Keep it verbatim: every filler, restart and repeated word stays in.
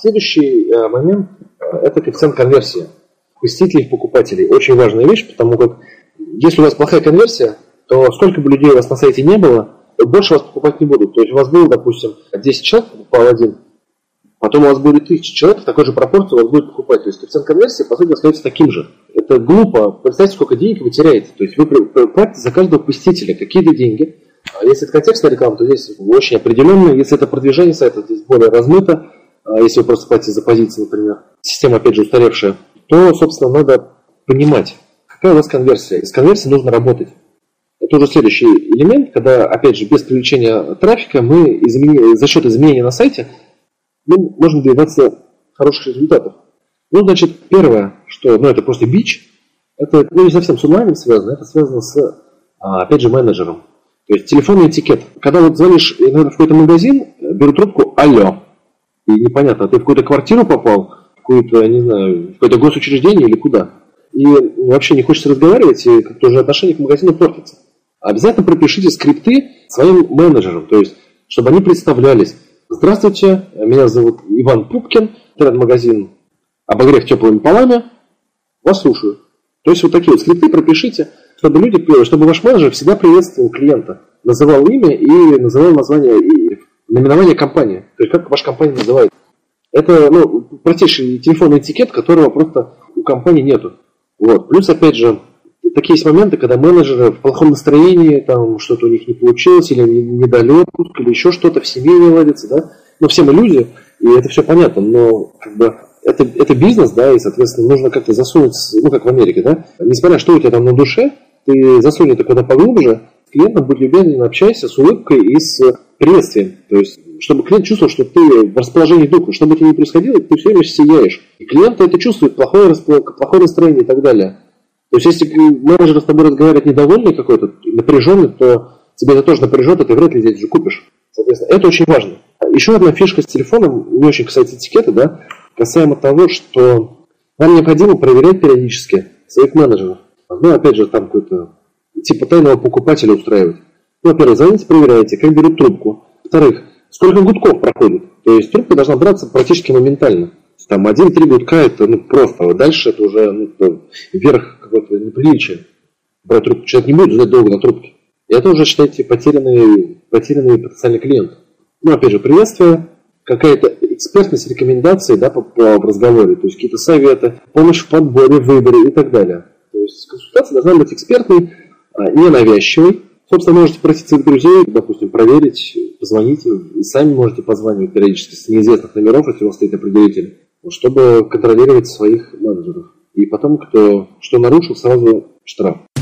Следующий э, момент э, – это коэффициент конверсии посетителей в покупателей. Очень важная вещь, потому как если у вас плохая конверсия, то сколько бы людей у вас на сайте не было, больше вас покупать не будут. То есть у вас было, допустим, десять человек покупал один, потом у вас будет тысяча человек, в такой же пропорции у вас будет покупать. То есть коэффициент конверсии, по сути, остается таким же. Это глупо. Представьте, сколько денег вы теряете. То есть вы платите за каждого посетителя какие-то деньги. Если это контекстная реклама, то здесь очень определенно. Если это продвижение сайта, здесь более размыто. Если вы просто платите за позиции, например. Система, опять же, устаревшая. То, собственно, надо понимать, какая у вас конверсия. И с конверсией нужно работать. Это уже следующий элемент, когда, опять же, без привлечения трафика мы измени... за счет изменения на сайте мы можем добиваться хороших результатов. Ну, значит, первое, что, ну, это просто бич, это, ну, не совсем с онлайном связано, это связано с, опять же, менеджером. То есть телефонный этикет. Когда вот звонишь иногда в какой-то магазин, берут трубку, алло, и непонятно, ты в какую-то квартиру попал, в какую-то, не знаю, в какое-то госучреждение или куда, и вообще не хочется разговаривать, и как-то уже отношение к магазину портится. Обязательно пропишите скрипты своим менеджерам, то есть, чтобы они представлялись. Здравствуйте, меня зовут Иван Пупкин, интернет-магазин «Обогрев теплыми полами», вас слушаю. То есть вот такие вот скрипты пропишите, чтобы люди, чтобы ваш менеджер всегда приветствовал клиента, называл имя и называл название и наименование компании, то есть как ваша компания называется. Это, ну, простейший телефонный этикет, которого просто у компании нету. Вот. Плюс, опять же, такие есть моменты, когда менеджеры в плохом настроении, там что-то у них не получилось, или недолет, или еще что-то в семье не ладится, да. Ну, все мы люди, и это все понятно, но как бы это, это бизнес, да, и, соответственно, нужно как-то засунуть, ну, как в Америке, да. Несмотря на что у тебя там на душе, ты засунь это куда поглубже, с клиентом будь любезен, общайся с улыбкой и с приветствием. То есть, чтобы клиент чувствовал, что ты в расположении духа, что бы тебе ни происходило, ты все время сияешь. И клиент это чувствует, плохое, плохое настроение и так далее. То есть, если менеджер с тобой разговаривает недовольный какой-то, напряженный, то тебе это тоже напряжет, и ты вряд ли здесь же купишь. Соответственно, это очень важно. Еще одна фишка с телефоном, не очень касается этикета, да, касаемо того, что вам необходимо проверять периодически своих менеджеров. Ну, опять же, там какой-то типа тайного покупателя устраивать. Ну, во-первых, звоните, проверяйте, как берут трубку. Во-вторых, сколько гудков проходит. То есть трубка должна браться практически моментально. Там один-три гудка это ну, просто. Дальше это уже ну, верх какого-то неприличия. Брать трубку. Человек не будет ждать долго на трубке. И это уже, считайте, потерянный, потерянный потенциальный клиент. Ну, опять же, приветствие, какая-то экспертность, рекомендации, да, по, по разговоре. То есть какие-то советы, помощь в подборе, выборе и так далее. То есть консультация должна быть экспертной, ненавязчивой. Собственно, можете просить своих друзей, допустим, проверить, позвоните, и сами можете позвонить периодически с неизвестных номеров, если у вас стоит определитель, чтобы контролировать своих менеджеров. И потом, кто что нарушил, сразу штраф.